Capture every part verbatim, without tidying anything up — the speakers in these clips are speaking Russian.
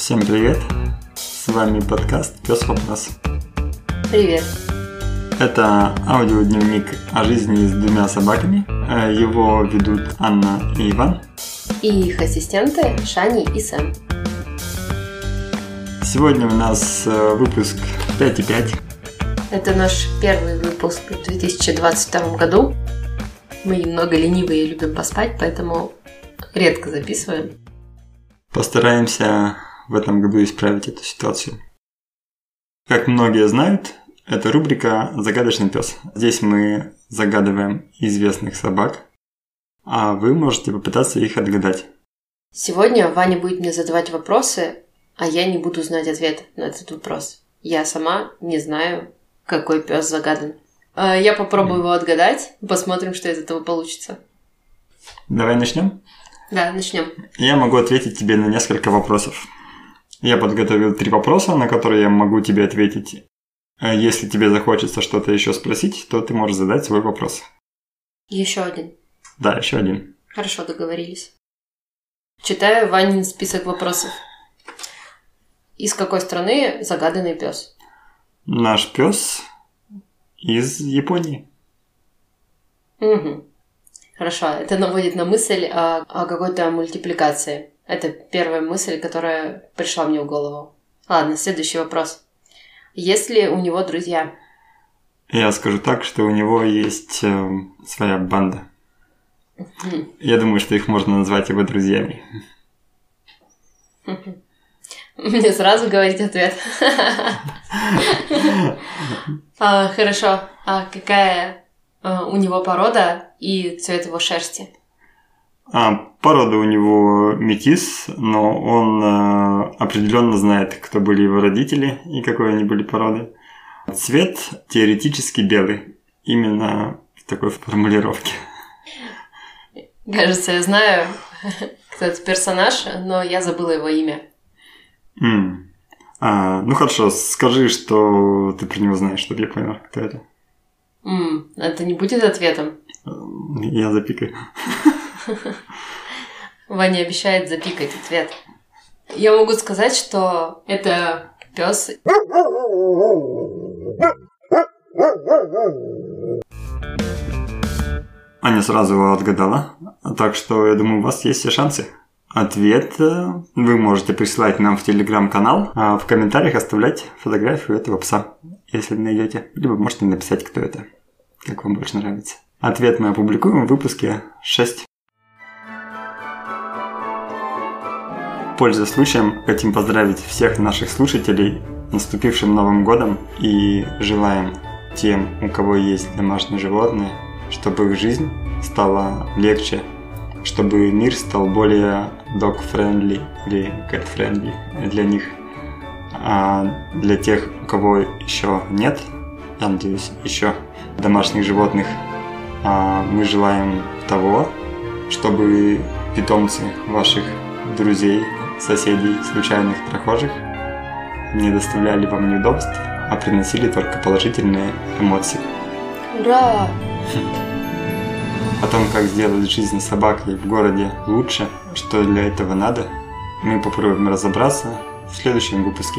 Всем привет! С вами подкаст «Пес Вопрос». Привет! Это аудиодневник о жизни с двумя собаками. Его ведут Анна и Иван. И их ассистенты Шани и Сэм. Сегодня у нас выпуск пять и пять. Это наш первый выпуск в две тысячи двадцать втором году. Мы немного ленивые и любим поспать, поэтому редко записываем. Постараемся в этом году исправить эту ситуацию. Как многие знают, это рубрика «Загадочный пес». Здесь мы загадываем известных собак, а вы можете попытаться их отгадать. Сегодня Ваня будет мне задавать вопросы, а я не буду знать ответ на этот вопрос. Я сама не знаю, какой пес загадан. Я попробую его отгадать, посмотрим, что из этого получится. Давай начнем? Да, начнем. Я могу ответить тебе на несколько вопросов. Я подготовил три вопроса, на которые я могу тебе ответить. Если тебе захочется что-то еще спросить, то ты можешь задать свой вопрос. Еще один. Да, еще один. Хорошо, договорились. Читаю Ванин список вопросов. Из какой страны загаданный пес? Наш пес из Японии. Угу. Хорошо, это наводит на мысль о, о какой-то мультипликации. Это первая мысль, которая пришла мне в голову. Ладно, следующий вопрос. Есть ли у него друзья? Я скажу так, что у него есть э, своя банда. Mm. Я думаю, что их можно назвать его друзьями. Mm-hmm. Мне сразу говорить ответ. Хорошо. А какая у него порода и цвет его шерсти? А, порода у него метис, но он э, определенно знает, кто были его родители и какой они были породы. Цвет теоретически белый. Именно в такой формулировке. Кажется, я знаю, кто этот персонаж, но я забыла его имя. Mm. А, ну хорошо, скажи, что ты про него знаешь, чтобы я понял, кто это. Mm. Это не будет ответом? Я запикаю. Ваня обещает запикать ответ. Я могу сказать, что это пес. Аня сразу его отгадала, так что я думаю, у вас есть все шансы. Ответ вы можете присылать нам в телеграм-канал, а в комментариях оставлять фотографию этого пса, если найдете. Либо можете написать, кто это, как вам больше нравится. Ответ мы опубликуем в выпуске шесть. Пользуясь случаем, хотим поздравить всех наших слушателей с наступившим Новым годом и желаем тем, у кого есть домашние животные, чтобы их жизнь стала легче, чтобы мир стал более dog-friendly или cat-friendly для них. А для тех, у кого еще нет, я надеюсь, еще домашних животных, мы желаем того, чтобы питомцы ваших друзей, соседей, случайных прохожих не доставляли вам неудобств, а приносили только положительные эмоции. Ура! О том, как сделать жизнь собакой в городе лучше, что для этого надо, мы попробуем разобраться в следующем выпуске.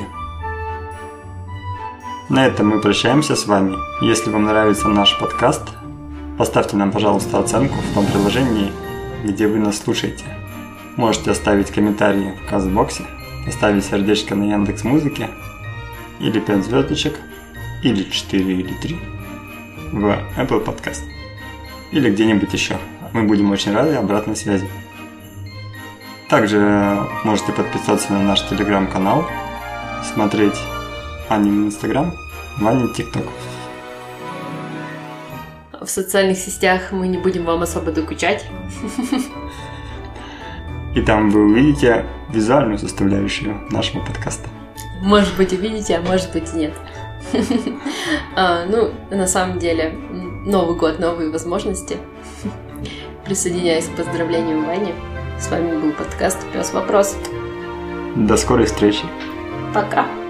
На этом мы прощаемся с вами. Если вам нравится наш подкаст, поставьте нам, пожалуйста, оценку в том приложении, где вы нас слушаете. Можете оставить комментарии в Кастбоксе, поставить сердечко на Яндекс.Музыке, или пять звездочек, или четыре, или три в Apple Podcast, или где-нибудь еще. Мы будем очень рады обратной связи. Также можете подписаться на наш телеграм-канал, смотреть Анин Инстаграм, Ванин ТикТок. В социальных сетях мы не будем вам особо докучать. И там вы увидите визуальную составляющую нашего подкаста. Может быть, увидите, а может быть, нет. а, ну, на самом деле, Новый год, новые возможности. Присоединяюсь к поздравлениям Вани. С вами был подкаст «Пес Вопрос». До скорой встречи. Пока.